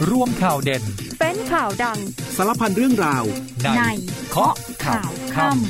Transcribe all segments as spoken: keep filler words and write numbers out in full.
ร่วมข่าวเด่นเป็นข่าวดังสารพันเรื่องราวในเคาะข่าวค่ำ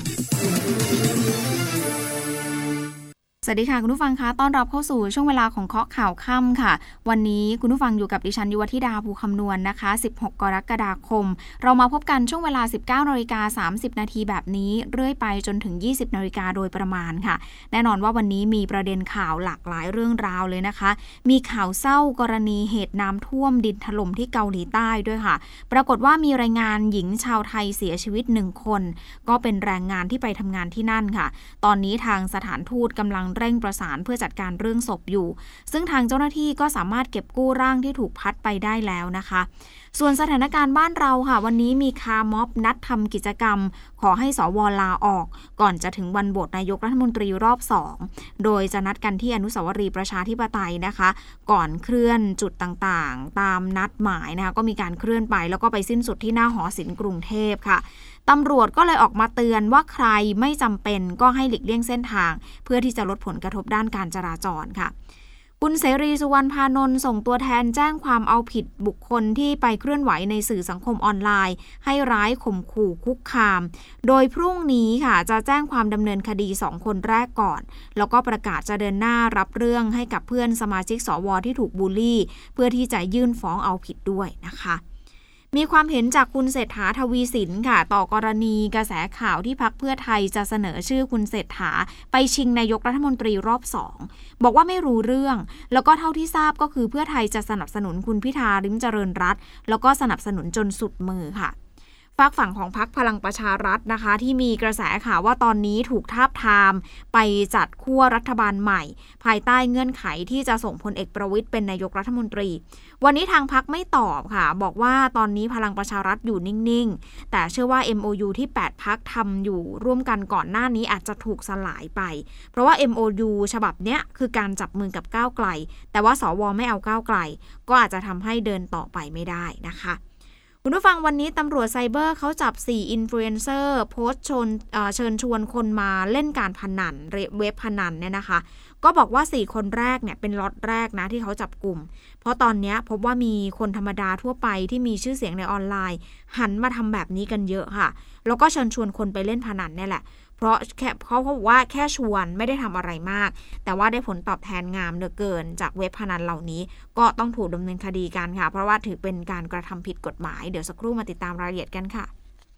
สวัสดีค่ะคุณผู้ฟังคะต้อนรับเข้าสู่ช่วงเวลาของเคาะข่าวค่ำค่ะวันนี้คุณผู้ฟังอยู่กับดิฉันยุวธิดาภูคำนวณนะคะสิบหกกรกฎาคมเรามาพบกันช่วงเวลา สิบเก้านาฬิกาสามสิบนาทีแบบนี้เรื่อยไปจนถึง ยี่สิบนาฬิกาโดยประมาณค่ะแน่นอนว่าวันนี้มีประเด็นข่าวหลากหลายเรื่องราวเลยนะคะมีข่าวเศร้ากรณีเหตุน้ำท่วมดินถล่มที่เกาหลีใต้ด้วยค่ะปรากฏว่ามีรายงานหญิงชาวไทยเสียชีวิตหนึ่งคนก็เป็นแรงงานที่ไปทำงานที่นั่นค่ะตอนนี้ทางสถานทูตกำลังเร่งประสานเพื่อจัดการเรื่องศพอยู่ซึ่งทางเจ้าหน้าที่ก็สามารถเก็บกู้ร่างที่ถูกพัดไปได้แล้วนะคะส่วนสถานการณ์บ้านเราค่ะวันนี้มีคาร์ม็อบนัดทำกิจกรรมขอให้สวลาออกก่อนจะถึงวันโหวตนายกรัฐมนตรีรอบสองโดยจะนัดกันที่อนุสาวรีย์ประชาธิปไตยนะคะก่อนเคลื่อนจุดต่างๆตามนัดหมายนะคะก็มีการเคลื่อนไปแล้วก็ไปสิ้นสุดที่หน้าหอศิลป์กรุงเทพค่ะตำรวจก็เลยออกมาเตือนว่าใครไม่จำเป็นก็ให้หลีกเลี่ยงเส้นทางเพื่อที่จะลดผลกระทบด้านการจราจรค่ะคุณเสรีสุวรรณพานนท์ส่งตัวแทนแจ้งความเอาผิดบุคคลที่ไปเคลื่อนไหวในสื่อสังคมออนไลน์ให้ร้ายข่มขู่คุกคามโดยพรุ่งนี้ค่ะจะแจ้งความดำเนินคดีสองคนแรกก่อนแล้วก็ประกาศจะเดินหน้ารับเรื่องให้กับเพื่อนสมาชิกสวที่ถูกบูลลี่เพื่อที่จะยื่นฟ้องเอาผิดด้วยนะคะมีความเห็นจากคุณเศรษฐาทวีสินค่ะต่อกรณีกระแสข่าวที่พรรคเพื่อไทยจะเสนอชื่อคุณเศรษฐาไปชิงนายกรัฐมนตรีรอบสองบอกว่าไม่รู้เรื่องแล้วก็เท่าที่ทราบก็คือเพื่อไทยจะสนับสนุนคุณพิธาลิ้มเจริญรัตน์แล้วก็สนับสนุนจนสุดมือค่ะฝากฝั่งของพรรคพลังประชารัฐนะคะที่มีกระแสข่าวว่าตอนนี้ถูกทาบทามไปจัดขั้วรัฐบาลใหม่ภายใต้เงื่อนไขที่จะส่งพลเอกประวิตรเป็นนายกรัฐมนตรีวันนี้ทางพรรคไม่ตอบค่ะบอกว่าตอนนี้พลังประชารัฐอยู่นิ่งๆแต่เชื่อว่า เอ็ม โอ ยู ที่แปดพรรคทำอยู่ร่วมกันก่อนหน้านี้อาจจะถูกสลายไปเพราะว่า เอ็ม โอ ยู ฉบับเนี้ยคือการจับมือกับก้าวไกลแต่ว่าสวไม่เอาก้าวไกลก็อาจจะทำให้เดินต่อไปไม่ได้นะคะคุณผู้ฟังวันนี้ตำรวจไซเบอร์เขาจับสี่อินฟลูเอนเซอร์โพสต์ชวนเชิญชวนคนมาเล่นการพนันเว็บพนันเนี่ยนะคะก็บอกว่าสี่คนแรกเนี่ยเป็นล็อตแรกนะที่เขาจับกลุ่มเพราะตอนนี้พบว่ามีคนธรรมดาทั่วไปที่มีชื่อเสียงในออนไลน์หันมาทำแบบนี้กันเยอะค่ะแล้วก็เชิญชวนคนไปเล่นพนันเนี่ยแหละเพราะแค่เขาเขาบอกว่าแค่ชวนไม่ได้ทำอะไรมากแต่ว่าได้ผลตอบแทนงามเหลือเกินจากเว็บพนันเหล่านี้ก็ต้องถูกดำเนินคดีกันค่ะเพราะว่าถือเป็นการกระทำผิดกฎหมายเดี๋ยวสักครู่มาติดตามรายละเอียดกันค่ะ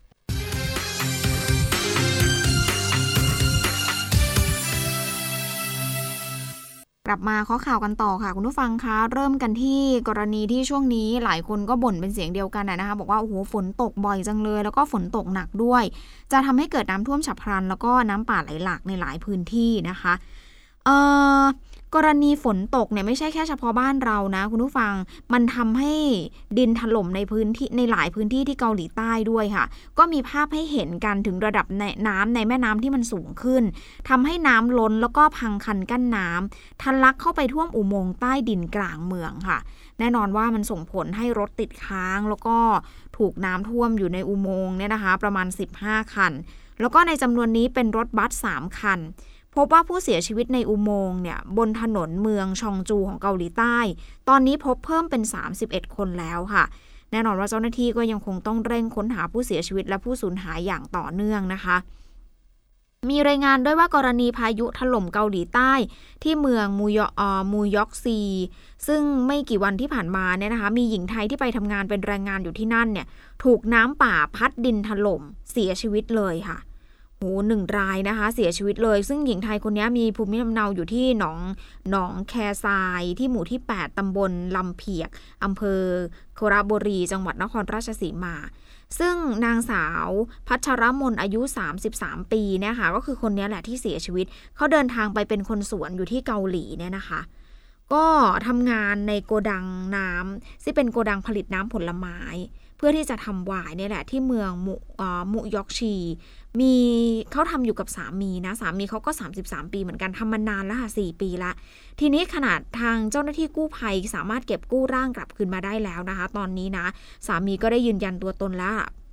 กลับมาข้อข่าวกันต่อค่ะคุณผู้ฟังคะเริ่มกันที่กรณีที่ช่วงนี้หลายคนก็บ่นเป็นเสียงเดียวกันนะคะบอกว่าโอ้โหฝนตกบ่อยจังเลยแล้วก็ฝนตกหนักด้วยจะทำให้เกิดน้ำท่วมฉับพลันแล้วก็น้ำป่าไหลหลากในหลายพื้นที่นะคะเอ่อกรณีฝนตกเนี่ยไม่ใช่แค่เฉพาะบ้านเรานะคุณผู้ฟังมันทำให้ดินถล่มในพื้นที่ในหลายพื้นที่ที่เกาหลีใต้ด้วยค่ะก็มีภาพให้เห็นกันถึงระดับน้ำในแม่น้ำที่มันสูงขึ้นทำให้น้ำล้นแล้วก็พังคันกั้นน้ำทะลักเข้าไปท่วมอุโมงค์ใต้ดินกลางเมืองค่ะแน่นอนว่ามันส่งผลให้รถติดค้างแล้วก็ถูกน้ำท่วมอยู่ในอุโมงค์เนี่ยนะคะประมาณสิบห้าคันแล้วก็ในจำนวนนี้เป็นรถบัสสามคันพบว่าผู้เสียชีวิตในอุโมงค์เนี่ยบนถนนเมืองชองจูของเกาหลีใต้ตอนนี้พบเพิ่มเป็นสามสิบเอ็ดคนแล้วค่ะแน่นอนว่าเจ้าหน้าที่ก็ยังคงต้องเร่งค้นหาผู้เสียชีวิตและผู้สูญหายอย่างต่อเนื่องนะคะมีรายงานด้วยว่ากรณีพายุถล่มเกาหลีใต้ที่เมืองมูยอมูยอกซีซึ่งไม่กี่วันที่ผ่านมาเนี่ยนะคะมีหญิงไทยที่ไปทำงานเป็นแรงงานอยู่ที่นั่นเนี่ยถูกน้ำป่าพัดดินถล่มเสียชีวิตเลยค่ะโหหนึ่งรายนะคะเสียชีวิตเลยซึ่งหญิงไทยคนนี้มีภูมิลำเนาอยู่ที่หนองหนองแคซายที่หมู่ที่แปดตำบลลำเพียกอำเภอโคราบุรีจังหวัดนครราชสีมาซึ่งนางสาวพัชรมนอายุสามสิบสามปีเนี่ยค่ะก็คือคนนี้แหละที่เสียชีวิตเขาเดินทางไปเป็นคนสวนอยู่ที่เกาหลีเนี่ยนะคะก็ทำงานในโกดังน้ำที่เป็นโกดังผลิตน้ำผลไม้เพื่อที่จะทำไวน์เนี่ยแหละที่เมืองมุอ่ามุยอกชีมีเขาทำอยู่กับสามีนะสามีเขาก็สามสิบสามปีเหมือนกันทำมานานแล้วค่ะสี่ปีละทีนี้ขนาดทางเจ้าหน้าที่กู้ภัยสามารถเก็บกู้ร่างกลับคืนมาได้แล้วนะคะตอนนี้นะสามีก็ได้ยืนยันตัวตนแล้ว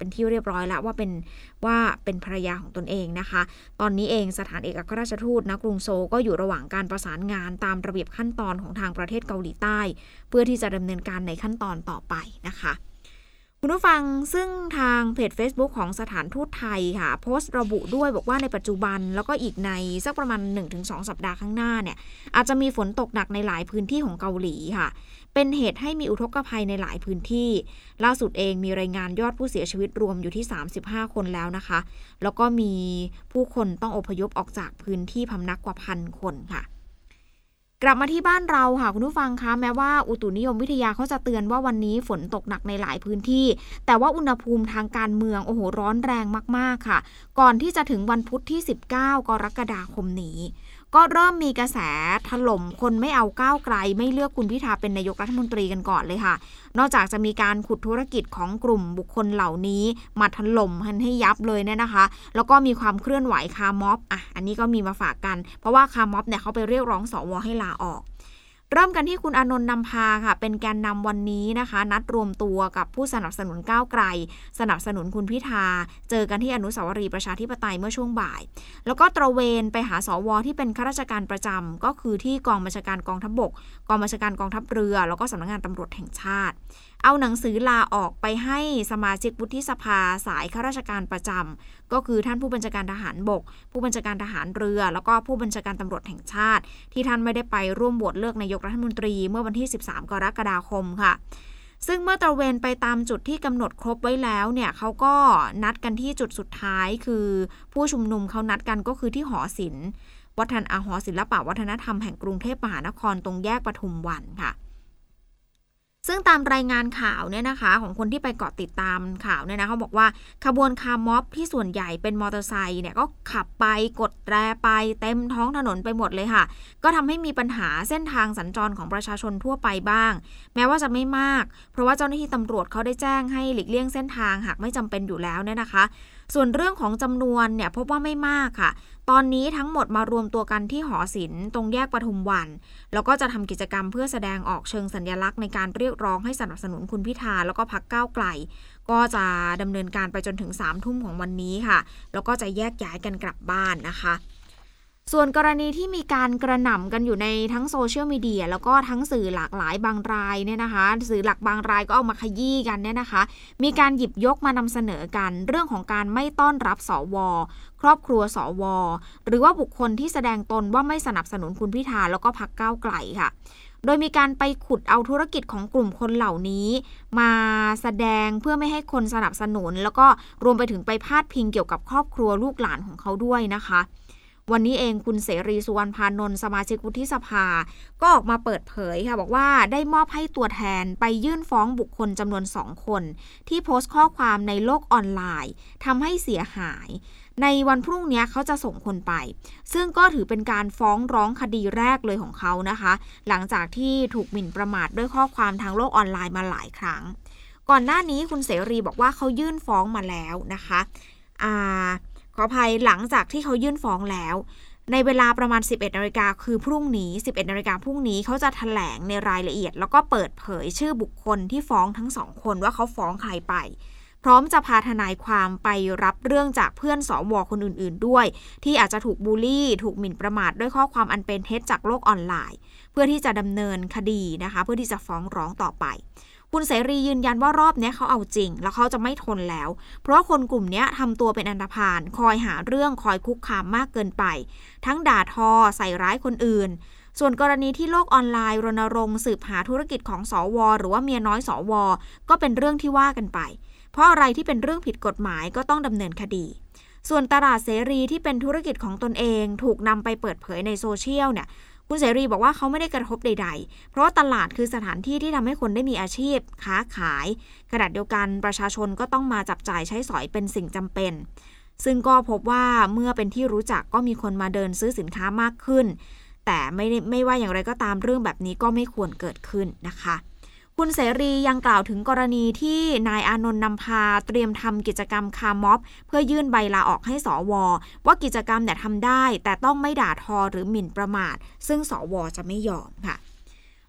เป็นที่เรียบร้อยแล้วว่าเป็นว่าเป็นภรรยาของตนเองนะคะตอนนี้เองสถานเอกอัครราชทูตณกรุงโซลก็อยู่ระหว่างการประสานงานตามระเบียบขั้นตอนของทางประเทศเกาหลีใต้เพื่อที่จะดำเนินการในขั้นตอนต่อไปนะคะคุณผู้ฟังซึ่งทางเพจ Facebook ของสถานทูตไทยค่ะโพสต์ระบุด้วยบอกว่าในปัจจุบันแล้วก็อีกในสักประมาณ หนึ่งถึงสอง สัปดาห์ข้างหน้าเนี่ยอาจจะมีฝนตกหนักในหลายพื้นที่ของเกาหลีค่ะเป็นเหตุให้มีอุทกภัยในหลายพื้นที่ล่าสุดเองมีรายงานยอดผู้เสียชีวิตรวมอยู่ที่สามสิบห้าคนแล้วนะคะแล้วก็มีผู้คนต้องอพยพออกจากพื้นที่พำนักกว่าพันคนค่ะกลับมาที่บ้านเราค่ะคุณผู้ฟังคะแม้ว่าอุตุนิยมวิทยาเขาจะเตือนว่าวันนี้ฝนตกหนักในหลายพื้นที่แต่ว่าอุณหภูมิทางการเมืองโอ้โหร้อนแรงมากๆค่ะก่อนที่จะถึงวันพุธที่สิบเก้ากรกฎาคมนี้ก็เริ่มมีกระแสถล่มคนไม่เอาก้าวไกลไม่เลือกคุณพิธาเป็นนายกรัฐมนตรีกันก่อนเลยค่ะนอกจากจะมีการขุดธุรกิจของกลุ่มบุคคลเหล่านี้มาถล่มให้ยับเลยเนี่ยนะคะแล้วก็มีความเคลื่อนไหวคาร์ม็อบอ่ะอันนี้ก็มีมาฝากกันเพราะว่าคาร์ม็อบเนี่ยเขาไปเรียกร้องสวให้ลาออกเริ่มกันที่คุณอานนท์นำพาค่ะเป็นแกนนำวันนี้นะคะนัดรวมตัวกับผู้สนับสนุนก้าวไกลสนับสนุนคุณพิธาเจอกันที่อนุสาวรีย์ประชาธิปไตยเมื่อช่วงบ่ายแล้วก็ตระเวนไปหาสวที่เป็นข้าราชการประจำก็คือที่กองบัญชาการกองทัพบกกองบัญชาการกองทัพเรือแล้วก็สำนักงานตำรวจแห่งชาติเอาหนังสือลาออกไปให้สมาชิกวุฒิสภาสายข้าราชการประจำก็คือท่านผู้บัญชาการทหารบกผู้บัญชาการทหารเรือแล้วก็ผู้บัญชาการตำรวจแห่งชาติที่ท่านไม่ได้ไปร่วมโหวตเลือกนายกรัฐมนตรีเมื่อวันที่สิบสามกรกฎาคมค่ะซึ่งเมื่อตระเวนไปตามจุดที่กำหนดครบไว้แล้วเนี่ยเขาก็นัดกันที่จุดสุดท้ายคือผู้ชุมนุมเขานัดกันก็คือที่หอศิลป์วัฒนหอศิลปะวัฒนธรรมแห่งกรุงเทพมหานครตรงแยกปทุมวันค่ะซึ่งตามรายงานข่าวเนี่ยนะคะของคนที่ไปเกาะติดตามข่าวเนี่ยนะเขาบอกว่าขบวนคาร์ม็อบที่ส่วนใหญ่เป็นมอเตอร์ไซค์เนี่ยก็ขับไปกดแตรไปเต็มท้องถนนไปหมดเลยค่ะก็ทำให้มีปัญหาเส้นทางสัญจรของประชาชนทั่วไปบ้างแม้ว่าจะไม่มากเพราะว่าเจ้าหน้าที่ตำรวจเขาได้แจ้งให้หลีกเลี่ยงเส้นทางหากไม่จำเป็นอยู่แล้วเนี่ยนะคะส่วนเรื่องของจำนวนเนี่ยพบว่าไม่มากค่ะตอนนี้ทั้งหมดมารวมตัวกันที่หอศิลป์ตรงแยกปทุมวันแล้วก็จะทำกิจกรรมเพื่อแสดงออกเชิงสัญลักษณ์ในการเรียกร้องให้สนับสนุนคุณพิธาแล้วก็พรรคก้าวไกลก็จะดำเนินการไปจนถึงสามทุ่มของวันนี้ค่ะแล้วก็จะแยกย้ายกันกลับบ้านนะคะส่วนกรณีที่มีการกระหน่ำกันอยู่ในทั้งโซเชียลมีเดียแล้วก็ทั้งสื่อหลากหลายบางรายเนี่ยนะคะสื่อหลักบางรายก็เอามาขยี้กันเนี่ยนะคะมีการหยิบยกมานำเสนอกันเรื่องของการไม่ต้อนรับสวครอบครัวสวหรือว่าบุคคลที่แสดงตนว่าไม่สนับสนุนคุณพิธาแล้วก็พรรคก้าวไกลค่ะโดยมีการไปขุดเอาธุรกิจของกลุ่มคนเหล่านี้มาแสดงเพื่อไม่ให้คนสนับสนุนแล้วก็รวมไปถึงไปพาดพิงเกี่ยวกับครอบครัวลูกหลานของเขาด้วยนะคะวันนี้เองคุณเสรีสุวรรณพานนท์สมาชิกวุฒิสภาก็ออกมาเปิดเผยค่ะบอกว่าได้มอบให้ตัวแทนไปยื่นฟ้องบุคคลจำนวนสองคนที่โพสต์ข้อความในโลกออนไลน์ทำให้เสียหายในวันพรุ่งนี้เขาจะส่งคนไปซึ่งก็ถือเป็นการฟ้องร้องคดีแรกเลยของเขานะคะหลังจากที่ถูกหมิ่นประมาทด้วยข้อความทางโลกออนไลน์มาหลายครั้งก่อนหน้านี้คุณเสรีบอกว่าเขายื่นฟ้องมาแล้วนะคะอ่าขออภัยหลังจากที่เขายื่นฟ้องแล้วในเวลาประมาณ สิบเอ็ดนาฬิกาคือพรุ่งนี้ สิบเอ็ดนาฬิกาพรุ่งนี้เขาจะแถลงในรายละเอียดแล้วก็เปิดเผยชื่อบุคคลที่ฟ้องทั้งสองคนว่าเขาฟ้องใครไปพร้อมจะพาทนายความไปรับเรื่องจากเพื่อนสวคนอื่นๆด้วยที่อาจจะถูกบูลลี่ถูกหมิ่นประมาทด้วยข้อความอันเป็นเท็จจากโลกออนไลน์เพื่อที่จะดำเนินคดีนะคะเพื่อที่จะฟ้องร้องต่อไปคุณเสรียืนยันว่ารอบนี้เขาเอาจริงแล้วเขาจะไม่ทนแล้วเพราะคนกลุ่มนี้ทำตัวเป็นอันธพาลคอยหาเรื่องคอยคุกคามมากเกินไปทั้งด่าทอใส่ร้ายคนอื่นส่วนกรณีที่โลกออนไลน์รณรงค์สืบหาธุรกิจของสวหรือว่าเมียน้อยสวก็เป็นเรื่องที่ว่ากันไปเพราะอะไรที่เป็นเรื่องผิดกฎหมายก็ต้องดำเนินคดีส่วนตลาดเสรีที่เป็นธุรกิจของตนเองถูกนำไปเปิดเผยในโซเชียลเนี่ยคุณเสรีบอกว่าเขาไม่ได้กระทบใดๆเพราะตลาดคือสถานที่ที่ทำให้คนได้มีอาชีพค้าขายขณะเดียวกันประชาชนก็ต้องมาจับจ่ายใช้สอยเป็นสิ่งจำเป็นซึ่งก็พบว่าเมื่อเป็นที่รู้จักก็มีคนมาเดินซื้อสินค้ามากขึ้นแต่ไม่ไม่ว่าอย่างไรก็ตามเรื่องแบบนี้ก็ไม่ควรเกิดขึ้นนะคะคุณเสรียังกล่าวถึงกรณีที่นายอานนท์นำพาเตรียมทำกิจกรรมคาร์ม็อบเพื่อยื่นใบลาออกให้สวว่ากิจกรรมเนี่ยทำได้แต่ต้องไม่ด่าทอหรือหมิ่นประมาทซึ่งสวจะไม่ยอมค่ะ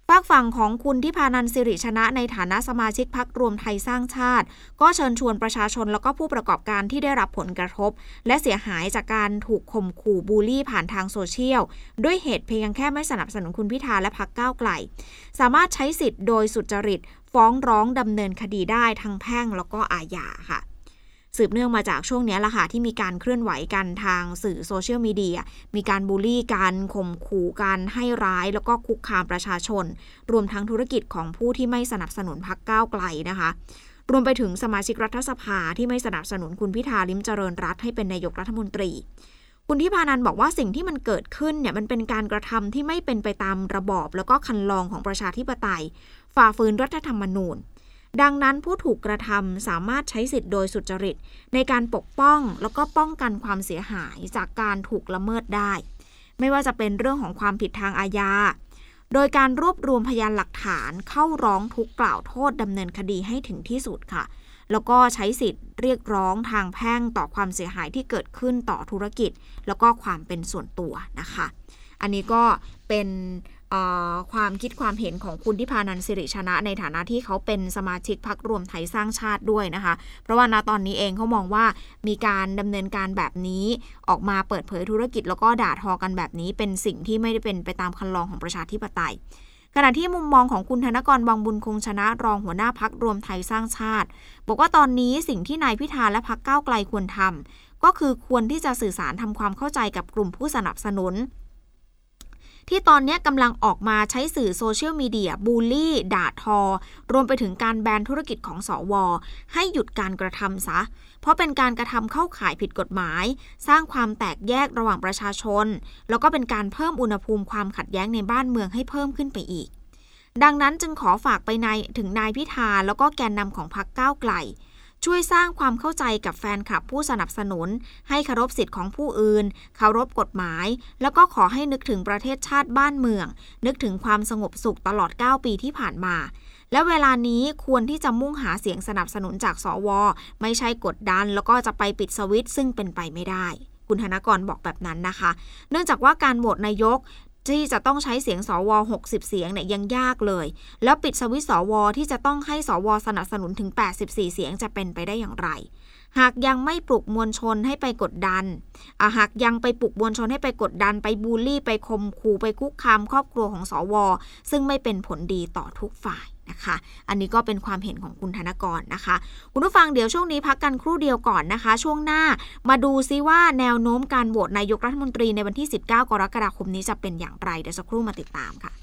ฝากฝั่งของคุณทิพานันท์สิริชนะในฐานะสมาชิกพรรครวมไทยสร้างชาติก็เชิญชวนประชาชนแล้วก็ผู้ประกอบการที่ได้รับผลกระทบและเสียหายจากการถูกข่มขู่บูลลี่ผ่านทางโซเชียลด้วยเหตุเพียงแค่ไม่สนับสนุนคุณพิธาและพรรคก้าวไกลสามารถใช้สิทธิ์โดยสุจริตฟ้องร้องดำเนินคดีได้ทั้งแพ่งแล้วก็อาญาค่ะสืบเนื่องมาจากช่วงนี้ล่ะค่ะที่มีการเคลื่อนไหวกันทางสื่อโซเชียลมีเดียมีการบูลลี่การข่มขู่การให้ร้ายแล้วก็คุกคามประชาชนรวมทั้งธุรกิจของผู้ที่ไม่สนับสนุนพรรคก้าวไกลนะคะรวมไปถึงสมาชิกรัฐสภาที่ไม่สนับสนุนคุณพิธาลิ้มเจริญรัตน์ให้เป็นนายกรัฐมนตรีคุณทิพานันท์บอกว่าสิ่งที่มันเกิดขึ้นเนี่ยมันเป็นการกระทำที่ไม่เป็นไปตามระบอบแล้วก็คันลองของประชาธิปไตยฝ่าฝืนรัฐธรรมนูญดังนั้นผู้ถูกกระทำสามารถใช้สิทธิ์โดยสุจริตในการปกป้องแล้วก็ป้องกันความเสียหายจากการถูกละเมิดได้ไม่ว่าจะเป็นเรื่องของความผิดทางอาญาโดยการรวบรวมพยานหลักฐานเข้าร้องทุกข์กล่าวโทษดำเนินคดีให้ถึงที่สุดค่ะแล้วก็ใช้สิทธิ์เรียกร้องทางแพ่งต่อความเสียหายที่เกิดขึ้นต่อธุรกิจแล้วก็ความเป็นส่วนตัวนะคะอันนี้ก็เป็นความคิดความเห็นของคุณทิพานันท์สิริชนะในฐานะที่เขาเป็นสมาชิกพรรครวมไทยสร้างชาติด้วยนะคะเพราะว่าณตอนนี้เองเขามองว่ามีการดำเนินการแบบนี้ออกมาเปิดเผยธุรกิจแล้วก็ด่าทอกันแบบนี้เป็นสิ่งที่ไม่ได้เป็นไปตามคันลองของประชาธิปไตยขณะที่มุมมองของคุณธนกร วังบุญคงชนะรองหัวหน้าพรรครวมไทยสร้างชาติบอกว่าตอนนี้สิ่งที่นายพิธาและพรรคก้าวไกลควรทำก็คือควรที่จะสื่อสารทำความเข้าใจกับกลุ่มผู้สนับสนุนที่ตอนนี้กำลังออกมาใช้สื่อโซเชียลมีเดียบูลลี่ด่าทอรวมไปถึงการแบนธุรกิจของสวให้หยุดการกระทำซะเพราะเป็นการกระทำเข้าข่ายผิดกฎหมายสร้างความแตกแยกระหว่างประชาชนแล้วก็เป็นการเพิ่มอุณหภูมิความขัดแย้งในบ้านเมืองให้เพิ่มขึ้นไปอีกดังนั้นจึงขอฝากไปในถึงนายพิธาแล้วก็แกนนำของพรรคก้าวไกลช่วยสร้างความเข้าใจกับแฟนคลับผู้สนับสนุนให้เคารพสิทธิ์ของผู้อื่นเคารพกฎหมายแล้วก็ขอให้นึกถึงประเทศชาติบ้านเมืองนึกถึงความสงบสุขตลอดเก้าปีที่ผ่านมาและเวลานี้ควรที่จะมุ่งหาเสียงสนับสนุนจากสวไม่ใช่กดดันแล้วก็จะไปปิดสวิตช์ซึ่งเป็นไปไม่ได้คุณธนกรบอกแบบนั้นนะคะเนื่องจากว่าการโหวตนายกที่จะต้องใช้เสียงสวหกสิบเสียงเนี่ยยังยากเลยแล้วปิดสวิตช์สวที่จะต้องให้สวสนับสนุนถึงแปดสิบสี่เสียงจะเป็นไปได้อย่างไรหากยังไม่ปลุกมวลชนให้ไปกดดันอ่ะหากยังไปปลุกมวลชนให้ไปกดดันไปบูลลี่ไปข่มขู่ไปคุกคามครอบครัวของสวซึ่งไม่เป็นผลดีต่อทุกฝ่ายนะคะอันนี้ก็เป็นความเห็นของคุณธนกรนะคะคุณผู้ฟังเดี๋ยวช่วงนี้พักกันครู่เดียวก่อนนะคะช่วงหน้ามาดูซิว่าแนวโน้มการโหวตนายกรัฐมนตรีในวันที่สิบเก้ากรกฎาคมนี้จะเป็นอย่างไรเดี๋ยวสักครู่มาติดตามค่ะ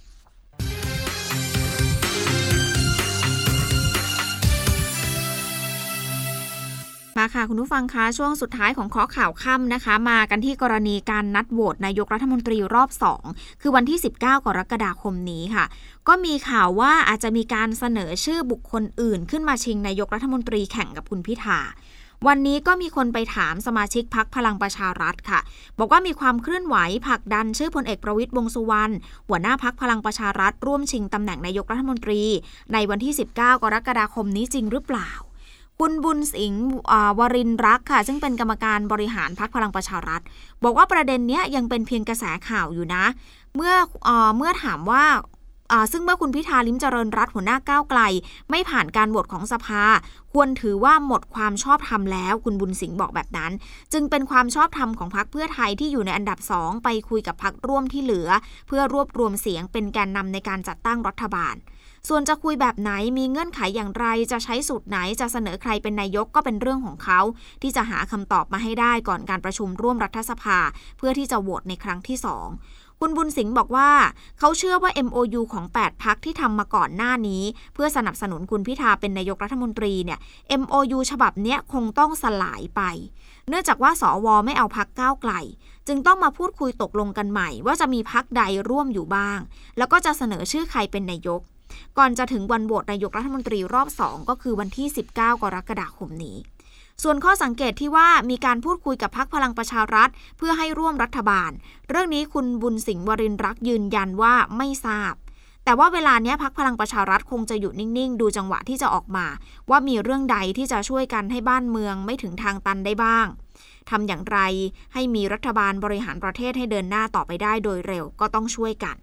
มาค่ะคุณผู้ฟังคะช่วงสุดท้ายของเคาะข่าวค่ำนะคะมากันที่กรณีการนัดโหวตนายกรัฐมนตรีรอบสองคือวันที่สิบเก้ากรกฎาคมนี้ค่ะก็มีข่าวว่าอาจจะมีการเสนอชื่อบุคคลอื่นขึ้นมาชิงนายกรัฐมนตรีแข่งกับคุณพิธาวันนี้ก็มีคนไปถามสมาชิกพรรคพลังประชารัฐค่ะบอกว่ามีความเคลื่อนไหวผลักดันชื่อพลเอกประวิตรวงษ์สุวรรณหัวหน้าพรรคพลังประชารัฐร่วมชิงตำแหน่งนายกรัฐมนตรีในวันที่สิบเก้ากรกฎาคมนี้จริงหรือเปล่าคุณบุญสิงห์วรินทร์รักค่ะซึ่งเป็นกรรมการบริหารพรรคพลังประชารัฐบอกว่าประเด็นนี้ยังเป็นเพียงกระแสข่าวอยู่นะเมื่อเอ่อเมื่อถามว่าซึ่งเมื่อคุณพิธาลิ้มเจริญรัตน์หัวหน้าก้าวไกลไม่ผ่านการโหวตของสภาควรถือว่าหมดความชอบธรรมแล้วคุณบุญสิงห์บอกแบบนั้นจึงเป็นความชอบธรรมของพรรคเพื่อไทยที่อยู่ในอันดับสองไปคุยกับพรรคร่วมที่เหลือเพื่อรวบรวมเสียงเป็นแกนนำในการจัดตั้งรัฐบาลส่วนจะคุยแบบไหนมีเงื่อนไขอย่างไรจะใช้สูตรไหนจะเสนอใครเป็นนายกก็เป็นเรื่องของเขาที่จะหาคำตอบมาให้ได้ก่อนการประชุมร่วมรัฐสภาเพื่อที่จะโหวตในครั้งที่สองคุณบุญสิงห์บอกว่าเขาเชื่อว่า เอ็ม โอ ยู ของแปดพรรคที่ทำมาก่อนหน้านี้เพื่อสนับสนุนคุณพิธาเป็นนายกรัฐมนตรีเนี่ย เอ็ม โอ ยู ฉบับเนี้ยคงต้องสลายไปเนื่องจากว่าสวไม่เอาพรรคก้าวไกลจึงต้องมาพูดคุยตกลงกันใหม่ว่าจะมีพรรคใดร่วมอยู่บ้างแล้วก็จะเสนอชื่อใครเป็นนายกก่อนจะถึงวันโหวตนายกรัฐมนตรีรอบสองก็คือวันที่สิบเก้ากรกฎาคมนี้ส่วนข้อสังเกตที่ว่ามีการพูดคุยกับพรรคพลังประชารัฐเพื่อให้ร่วมรัฐบาลเรื่องนี้คุณบุญสิงห์วรินทร์รักยืนยันว่าไม่ทราบแต่ว่าเวลานี้พรรคพลังประชารัฐคงจะอยู่นิ่งๆดูจังหวะที่จะออกมาว่ามีเรื่องใดที่จะช่วยกันให้บ้านเมืองไม่ถึงทางตันได้บ้างทำอย่างไรให้มีรัฐบาลบริหารประเทศให้เดินหน้าต่อไปได้โดยเร็วก็ต้องช่วยกัน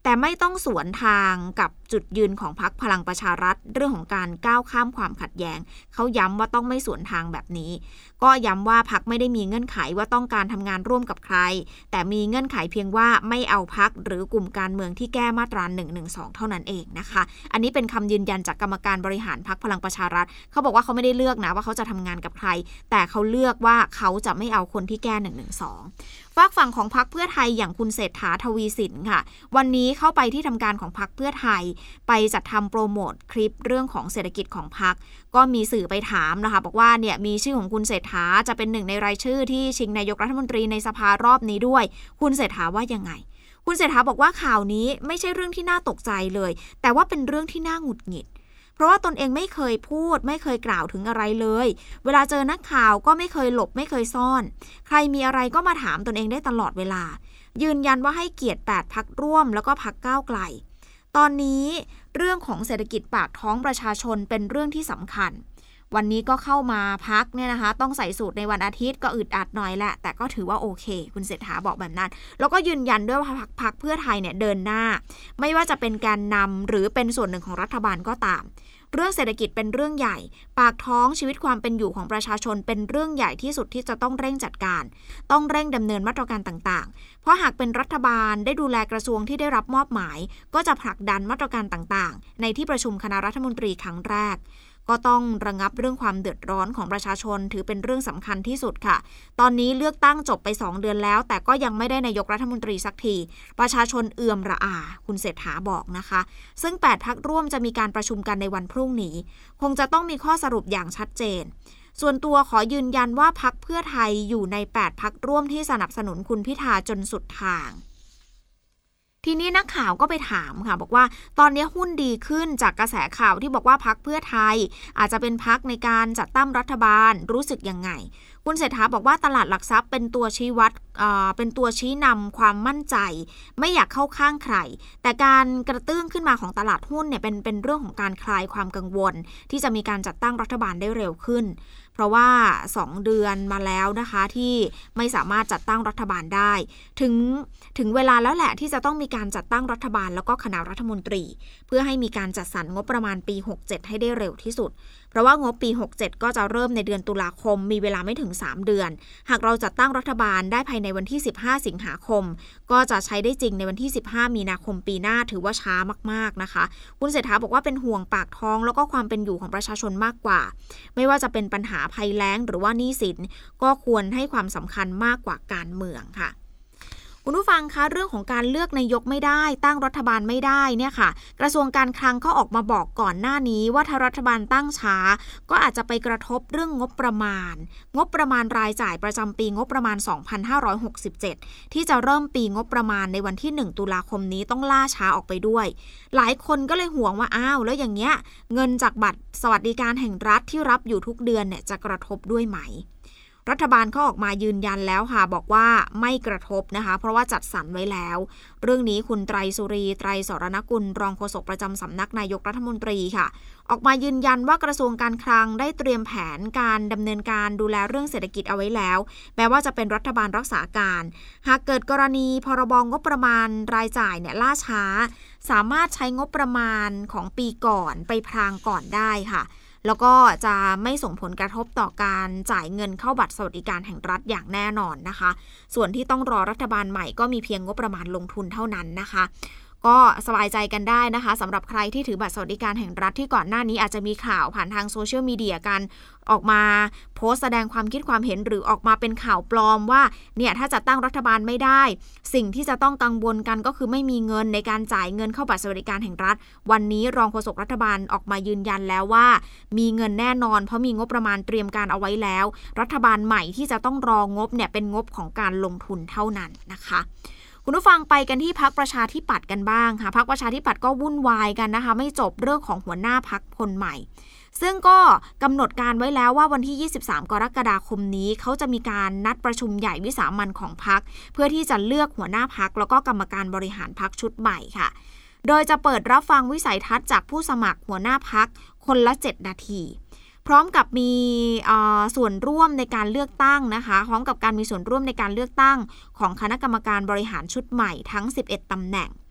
แต่ไม่ต้องสวนทางกับจุดยืนของพรรคพลังประชารัฐเรื่องของการก้าวข้ามความขัดแย้งเขาย้ำว่าต้องไม่สวนทางแบบนี้ก็ย้ำว่าพรรคไม่ได้มีเงื่อนไขว่าต้องการทำงานร่วมกับใครแต่มีเงื่อนไขเพียงว่าไม่เอาพรรคหรือกลุ่มการเมืองที่แก้มาตราหนึ่งหนึ่งสองเท่านั้นเองนะคะอันนี้เป็นคำยืนยันจากกรรมการบริหารพรรคพลังประชารัฐเขาบอกว่าเขาไม่ได้เลือกนะว่าเขาจะทำงานกับใครแต่เขาเลือกว่าเขาจะไม่เอาคนที่แก้หนึ่งหนึ่งสองฝากฝั่งของพรรคเพื่อไทยอย่างคุณเศรษฐาทวีสินค่ะวันนี้เข้าไปที่ทำการของพรรคเพื่อไทยไปจัดทำโปรโมทคลิปเรื่องของเศรษฐกิจของพรรคก็มีสื่อไปถามนะคะบอกว่าเนี่ยมีชื่อของคุณเศรษฐาจะเป็นหนึ่งในรายชื่อที่ชิงนายกรัฐมนตรีในสภารอบนี้ด้วยคุณเศรษฐาว่ายังไงคุณเศรษฐาบอกว่าข่าวนี้ไม่ใช่เรื่องที่น่าตกใจเลยแต่ว่าเป็นเรื่องที่น่าหงุดหงิดเพราะว่าตนเองไม่เคยพูดไม่เคยกล่าวถึงอะไรเลยเวลาเจอนักข่าวก็ไม่เคยหลบไม่เคยซ่อนใครมีอะไรก็มาถามตนเองได้ตลอดเวลายืนยันว่าให้เกียรติแปดพรรคร่วมแล้วก็พรรคก้าวไกลตอนนี้เรื่องของเศรษฐกิจปากท้องประชาชนเป็นเรื่องที่สำคัญวันนี้ก็เข้ามาพักเนี่ยนะคะต้องใส่สูตรในวันอาทิตย์ก็อึดอัดหน่อยแหละแต่ก็ถือว่าโอเคคุณเศรษฐาบอกแบบนั้นแล้วก็ยืนยันด้วยว่าพรรคพรรคเพื่อไทยเนี่ยเดินหน้าไม่ว่าจะเป็นแกนนำหรือเป็นส่วนหนึ่งของรัฐบาลก็ตามเรื่องเศรษฐกิจเป็นเรื่องใหญ่ปากท้องชีวิตความเป็นอยู่ของประชาชนเป็นเรื่องใหญ่ที่สุดที่จะต้องเร่งจัดการต้องเร่งดำเนินมาตรการต่างๆเพราะหากเป็นรัฐบาลได้ดูแลกระทรวงที่ได้รับมอบหมายก็จะผลักดันมาตรการต่างๆในที่ประชุมคณะรัฐมนตรีครั้งแรกก็ต้องระงับเรื่องความเดือดร้อนของประชาชนถือเป็นเรื่องสำคัญที่สุดค่ะตอนนี้เลือกตั้งจบไปสองเดือนแล้วแต่ก็ยังไม่ได้นายกรัฐมนตรีสักทีประชาชนเอื่อมระอาคุณเศรษฐาบอกนะคะซึ่งแปดพรรคร่วมจะมีการประชุมกันในวันพรุ่งนี้คงจะต้องมีข้อสรุปอย่างชัดเจนส่วนตัวขอยืนยันว่าพรรคเพื่อไทยอยู่ในแปดพรรคร่วมที่สนับสนุนคุณพิธาจนสุดทางทีนี้นักข่าวก็ไปถามค่ะบอกว่าตอนนี้หุ้นดีขึ้นจากกระแสข่าวที่บอกว่าพรรคเพื่อไทยอาจจะเป็นพรรคในการจัดตั้งรัฐบาลรู้สึกยังไงคุณเศรษฐาบอกว่าตลาดหลักทรัพย์เป็นตัวชี้วัดเอ่อเป็นตัวชี้นำความมั่นใจไม่อยากเข้าข้างใครแต่การกระตื้นขึ้นมาของตลาดหุ้นเนี่ยเป็นเป็นเรื่องของการคลายความกังวลที่จะมีการจัดตั้งรัฐบาลได้เร็วขึ้นเพราะว่าสองเดือนมาแล้วนะคะที่ไม่สามารถจัดตั้งรัฐบาลได้ถึงถึงเวลาแล้วแหละที่จะต้องมีการจัดตั้งรัฐบาลแล้วก็คณะรัฐมนตรีเพื่อให้มีการจัดสรรงบประมาณปีหกสิบเจ็ดให้ได้เร็วที่สุดเพราะว่างบปีหกสิบเจ็ดก็จะเริ่มในเดือนตุลาคมมีเวลาไม่ถึงสามเดือนหากเราจัดตั้งรัฐบาลได้ภายในวันที่สิบห้าสิงหาคมก็จะใช้ได้จริงในวันที่สิบห้ามีนาคมปีหน้าถือว่าช้ามากๆนะคะคุณเศรษฐาบอกว่าเป็นห่วงปากท้องแล้วก็ความเป็นอยู่ของประชาชนมากกว่าไม่ว่าจะเป็นปัญหาภัยแล้งหรือว่าหนี้สินก็ควรให้ความสำคัญมากกว่าการเมืองค่ะคุณผู้ฟังคะเรื่องของการเลือกนายกไม่ได้ตั้งรัฐบาลไม่ได้เนี่ยค่ะกระทรวงการคลังก็ออกมาบอกก่อนหน้านี้ว่าถ้ารัฐบาลตั้งช้าก็อาจจะไปกระทบเรื่องงบประมาณงบประมาณรายจ่ายประจำปีงบประมาณสองพันห้าร้อยหกสิบเจ็ดที่จะเริ่มปีงบประมาณในวันที่หนึ่งตุลาคมนี้ต้องล่าช้าออกไปด้วยหลายคนก็เลยห่วงว่าอ้าวแล้วอย่างเงี้ยเงินจากบัตรสวัสดิการแห่งรัฐที่รับอยู่ทุกเดือนเนี่ยจะกระทบด้วยไหมรัฐบาลเขาออกมายืนยันแล้วค่ะบอกว่าไม่กระทบนะคะเพราะว่าจัดสรรไว้แล้วเรื่องนี้คุณไตรสุรีไตรสรณกุลรองโฆษกประจำสำนักนายกรัฐมนตรีค่ะออกมายืนยันว่ากระทรวงการคลังได้เตรียมแผนการดำเนินการดูแลเรื่องเศรษฐกิจเอาไว้แล้วแม้ว่าจะเป็นรัฐบาลรักษาการหากเกิดกรณีพรบงบประมาณรายจ่ายเนี่ยล่าช้าสามารถใช้งบประมาณของปีก่อนไปพรางก่อนได้ค่ะแล้วก็จะไม่ส่งผลกระทบต่อการจ่ายเงินเข้าบัตรสวัสดิการแห่งรัฐอย่างแน่นอนนะคะส่วนที่ต้องรอรัฐบาลใหม่ก็มีเพียงงบประมาณลงทุนเท่านั้นนะคะก็สบายใจกันได้นะคะสำหรับใครที่ถือบัตรสวัสดิการแห่งรัฐที่ก่อนหน้านี้อาจจะมีข่าวผ่านทางโซเชียลมีเดียกันออกมาโพสต์แสดงความคิดความเห็นหรือออกมาเป็นข่าวปลอมว่าเนี่ยถ้าจะตั้งรัฐบาลไม่ได้สิ่งที่จะต้องกังวลกันก็คือไม่มีเงินในการจ่ายเงินเข้าบัตรสวัสดิการแห่งรัฐวันนี้รองโฆษกรัฐบาลออกมายืนยันแล้วว่ามีเงินแน่นอนเพราะมีงบประมาณเตรียมการเอาไว้แล้วรัฐบาลใหม่ที่จะต้องรองบเนี่ยเป็นงบของการลงทุนเท่านั้นนะคะคุณผู้ฟังไปกันที่พรรคประชาธิปัตย์กันบ้างค่ะพรรคประชาธิปัตย์ก็วุ่นวายกันนะคะไม่จบเรื่องของหัวหน้าพรรคคนใหม่ซึ่งก็กำหนดการไว้แล้วว่าวันที่ยี่สิบสามกรกฎาคมนี้เขาจะมีการนัดประชุมใหญ่วิสามัญของพรรคเพื่อที่จะเลือกหัวหน้าพรรคแล้วก็กรรมการบริหารพรรคชุดใหม่ค่ะโดยจะเปิดรับฟังวิสัยทัศน์จากผู้สมัครหัวหน้าพรรคคนละเจ็ดนาทีพร้อมกับมีส่วนร่วมในการเลือกตั้งนะคะพร้อมกับการมีส่วนร่วมในการเลือกตั้งของคณะกรรมการบริหารชุดใหม่ทั้งสิบเอ็ดตำแหน่ง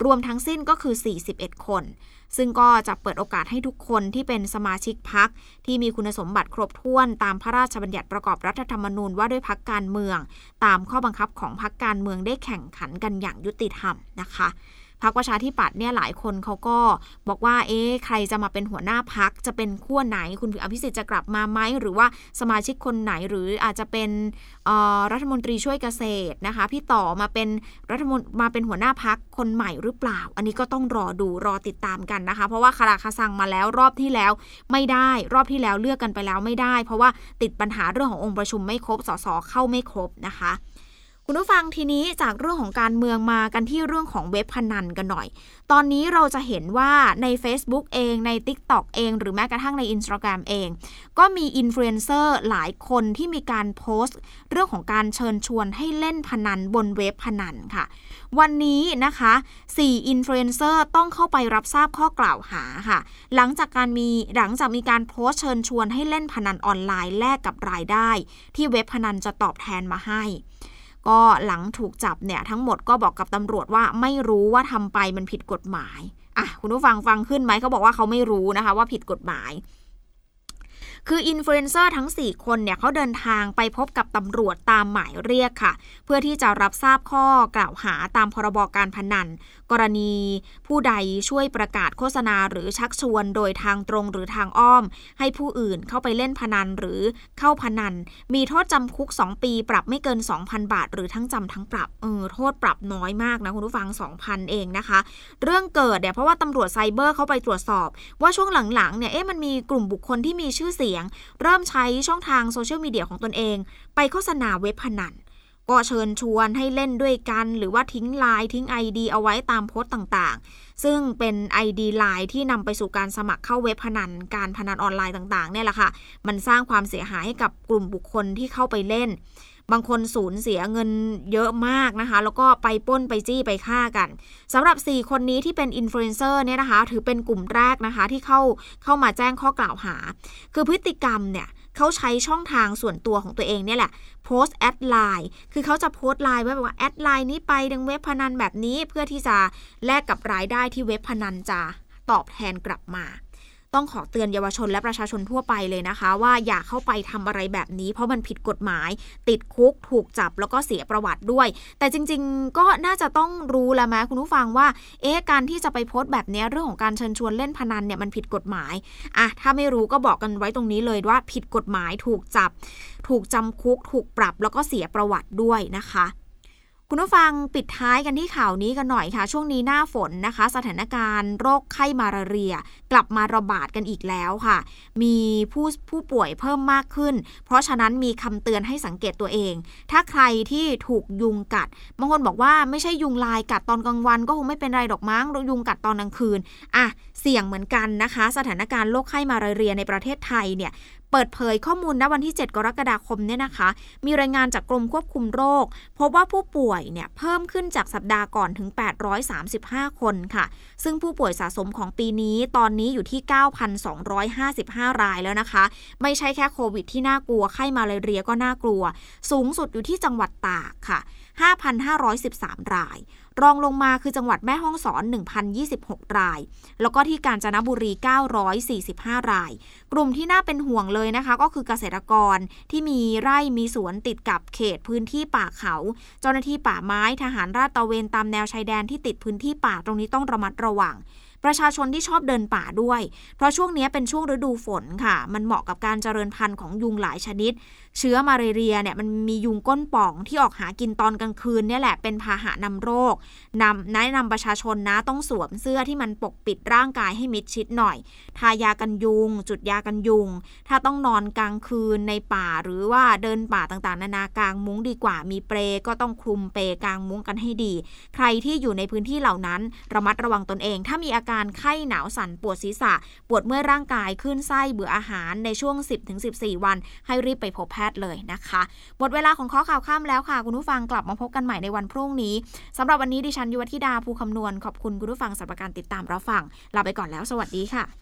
รวมทั้งสิ้นก็คือสี่สิบเอ็ดคนซึ่งก็จะเปิดโอกาสให้ทุกคนที่เป็นสมาชิกพรรคที่มีคุณสมบัติครบถ้วนตามพระราชบัญญัติประกอบรัฐธรรมนูญว่าด้วยพรรคการเมืองตามข้อบังคับของพรรคการเมืองได้แข่งขันกันอย่างยุติธรรมนะคะพรรคประชาธิปัตย์เนี่ยหลายคนเขาก็บอกว่าเอ๊ะใครจะมาเป็นหัวหน้าพรรคจะเป็นขั้วไหนคุณอภิสิทธิ์จะกลับมาไหมหรือว่าสมาชิกคนไหนหรืออาจจะเป็นรัฐมนตรีช่วยเกษตรนะคะพี่ต่อมาเป็นรัฐมนตรีมาเป็นหัวหน้าพรรคคนใหม่หรือเปล่าอันนี้ก็ต้องรอดูรอติดตามกันนะคะเพราะว่าคาราคาซังมาแล้วรอบที่แล้วไม่ได้รอบที่แล้วเลือกกันไปแล้วไม่ได้เพราะว่าติดปัญหาเรื่องขององค์ประชุมไม่ครบสสเข้าไม่ครบนะคะคุณผู้ฟังทีนี้จากเรื่องของการเมืองมากันที่เรื่องของเว็บพนันกันหน่อยตอนนี้เราจะเห็นว่าใน Facebook เองใน TikTok เองหรือแม้กระทั่งใน Instagram เองก็มีอินฟลูเอนเซอร์หลายคนที่มีการโพสต์เรื่องของการเชิญชวนให้เล่นพนันบนเว็บพนันค่ะวันนี้นะคะสี่อินฟลูเอนเซอร์ต้องเข้าไปรับทราบข้อกล่าวหาค่ะหลังจากการมีหลังจากมีการโพสต์เชิญชวนให้เล่นพนันออนไลน์แลกกับรายได้ที่เว็บพนันจะตอบแทนมาให้ก็หลังถูกจับเนี่ยทั้งหมดก็บอกกับตำรวจว่าไม่รู้ว่าทำไปมันผิดกฎหมายอ่ะคุณผู้ฟังฟังขึ้นไหมเขาบอกว่าเขาไม่รู้นะคะว่าผิดกฎหมายคืออินฟลูเอนเซอร์ทั้งสี่คนเนี่ยเขาเดินทางไปพบกับตำรวจตามหมายเรียกค่ะเพื่อที่จะรับทราบข้อกล่าวหาตามพรบการพนันกรณีผู้ใดช่วยประกาศโฆษณาหรือชักชวนโดยทางตรงหรือทางอ้อมให้ผู้อื่นเข้าไปเล่นพนันหรือเข้าพนันมีโทษจำคุกสองปีปรับไม่เกิน สองพัน บาทหรือทั้งจำทั้งปรับเออโทษปรับน้อยมากนะคุณผู้ฟัง สองพัน เองนะคะเรื่องเกิดเนี่ยเพราะว่าตำรวจไซเบอร์เข้าไปตรวจสอบว่าช่วงหลังๆเนี่ยเอ๊ะมันมีกลุ่มบุคคลที่มีชื่อเสียงเริ่มใช้ช่องทางโซเชียลมีเดียของตนเองไปโฆษณาเว็บพนันก็เชิญชวนให้เล่นด้วยกันหรือว่าทิ้งไลน์ทิ้ง ไอ ดี เอาไว้ตามโพสต์ต่างๆซึ่งเป็น ไอ ดี ไลน์ที่นำไปสู่การสมัครเข้าเว็บพนันการพนันออนไลน์ต่างๆเนี่ยแหละค่ะมันสร้างความเสียหายให้กับกลุ่มบุคคลที่เข้าไปเล่นบางคนสูญเสียเงินเยอะมากนะคะแล้วก็ไปปล้นไปจี้ไปฆ่ากันสำหรับสี่คนนี้ที่เป็นอินฟลูเอนเซอร์เนี่ยนะคะถือเป็นกลุ่มแรกนะคะที่เข้าเข้ามาแจ้งข้อกล่าวหาคือพฤติกรรมเนี่ยเขาใช้ช่องทางส่วนตัวของตัวเองเนี่ยแหละโพสต์แอดไลน์คือเขาจะโพสต์ไลน์ไว้แบบว่าแอดไลน์นี้ไปดังเว็บพนันแบบนี้เพื่อที่จะแลกกับรายได้ที่เว็บพนันจะตอบแทนกลับมาต้องขอเตือนเยาวชนและประชาชนทั่วไปเลยนะคะว่าอย่าเข้าไปทำอะไรแบบนี้เพราะมันผิดกฎหมายติดคุกถูกจับแล้วก็เสียประวัติด้วยแต่จริงๆก็น่าจะต้องรู้แล้วไหมคุณผู้ฟังว่าเอ๊ะการที่จะไปโพสต์แบบนี้เรื่องของการเชิญชวนเล่นพนันเนี่ยมันผิดกฎหมายอ่ะถ้าไม่รู้ก็บอกกันไว้ตรงนี้เลยว่าผิดกฎหมายถูกจับถูกจำคุกถูกปรับแล้วก็เสียประวัติด้วยนะคะคุณผู้ฟังปิดท้ายกันที่ข่าวนี้กันหน่อยค่ะช่วงนี้หน้าฝนนะคะสถานการณ์โรคไข้มาลาเรียกลับมาระบาดกันอีกแล้วค่ะมีผู้ผู้ป่วยเพิ่มมากขึ้นเพราะฉะนั้นมีคำเตือนให้สังเกตตัวเองถ้าใครที่ถูกยุงกัดบางคนบอกว่าไม่ใช่ยุงลายกัดตอนกลางวันก็คงไม่เป็นไรดอกมั้งยุงกัดตอนกลางคืนอ่ะเสี่ยงเหมือนกันนะคะสถานการณ์โรคไข้มาลาเรียในประเทศไทยเนี่ยเปิดเผยข้อมูลณวันที่เจ็ดกรกฎาคมเนี่ยนะคะมีรายงานจากกรมควบคุมโรคพบว่าผู้ป่วยเนี่ยเพิ่มขึ้นจากสัปดาห์ก่อนถึงแปดร้อยสามสิบห้าคนค่ะซึ่งผู้ป่วยสะสมของปีนี้ตอนนี้อยู่ที่ เก้าพันสองร้อยห้าสิบห้า รายแล้วนะคะไม่ใช่แค่โควิดที่น่ากลัวไข้มาลาเรียก็น่ากลัวสูงสุดอยู่ที่จังหวัดตากค่ะ ห้าพันห้าร้อยสิบสาม รายรองลงมาคือจังหวัดแม่ฮ่องสอน หนึ่งพันยี่สิบหก รายแล้วก็ที่กาญจนบุรีเก้าร้อยสี่สิบห้ารายกลุ่มที่น่าเป็นห่วงเลยนะคะก็คือเกษตรกรที่มีไร่มีสวนติดกับเขตพื้นที่ป่าเขาเจ้าหน้าที่ป่าไม้ทหารราษฎร์ตระเวนตามแนวชายแดนที่ติดพื้นที่ป่าตรงนี้ต้องระมัดระวังประชาชนที่ชอบเดินป่าด้วยเพราะช่วงนี้เป็นช่วงฤดูฝนค่ะมันเหมาะกับการเจริญพันธุ์ของยุงหลายชนิดเชื้อมาลาเรียเนี่ยมันมียุงก้นป่องที่ออกหากินตอนกลางคืนเนี่ยแหละเป็นพาหะนำโรคนำแนะนำประชาชนนะต้องสวมเสื้อที่มันปกปิดร่างกายให้มิดชิดหน่อยทายากันยุงจุดยากันยุงถ้าต้องนอนกลางคืนในป่าหรือว่าเดินป่าต่างๆนานากางมุ้งดีกว่ามีเปลก็ต้องคลุมเปลกางมุ้งกันให้ดีใครที่อยู่ในพื้นที่เหล่านั้นระมัดระวังตนเองถ้ามีอาการไข้หนาวสั่นปวดศีรษะปวดเมื่อยร่างกายคลื่นไส้เบื่ออาหารในช่วง สิบถึงสิบสี่ วันให้รีบไปพบแพทย์เลยนะคะหมดเวลาของข้อข่าวค่ำแล้วค่ะคุณผู้ฟังกลับมาพบกันใหม่ในวันพรุ่งนี้สำหรับวันนี้ดิฉันยุวธิดาภูคำนวณขอบคุณคุณผู้ฟังสำหรับการติดตามรับฟังลาไปก่อนแล้วสวัสดีค่ะ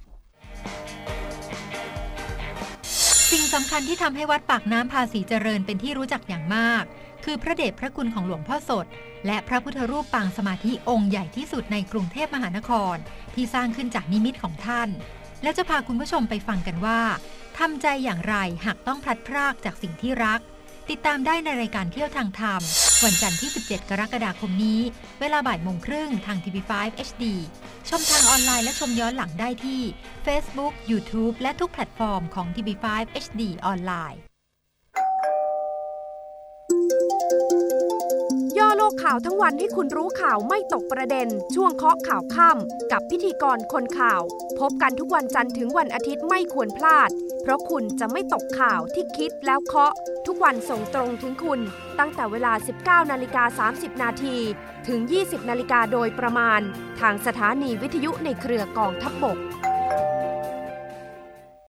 สิ่งสำคัญที่ทำให้วัดปากน้ำภาษีเจริญเป็นที่รู้จักอย่างมากคือพระเดชพระคุณของหลวงพ่อสดและพระพุทธรูปปางสมาธิองค์ใหญ่ที่สุดในกรุงเทพมหานครที่สร้างขึ้นจากนิมิตของท่านและจะพาคุณผู้ชมไปฟังกันว่าทำใจอย่างไรหากต้องพลัดพรากจากสิ่งที่รักติดตามได้ในรายการเที่ยวทางธรรมวันจันทร์ที่สิบเจ็ดกรกฎาคมนี้เวลาบ่ายโมงครึ่งทาง ที วี ไฟว์ เอช ดี ชมทางออนไลน์และชมย้อนหลังได้ที่ Facebook YouTube และทุกแพลตฟอร์มของ ที วี ไฟว์ เอช ดี ออนไลน์ย่อโลกข่าวทั้งวันให้คุณรู้ข่าวไม่ตกประเด็นช่วงเคาะข่าวค่ำกับพิธีกรคนข่าวพบกันทุกวันจันทร์ถึงวันอาทิตย์ไม่ควรพลาดเพราะคุณจะไม่ตกข่าวที่คิดแล้วเคาะทุกวันส่งตรงถึงคุณตั้งแต่เวลา สิบเก้านาฬิกาสามสิบนาทีถึง ยี่สิบนาฬิกาโดยประมาณทางสถานีวิทยุในเครือกองทัพบก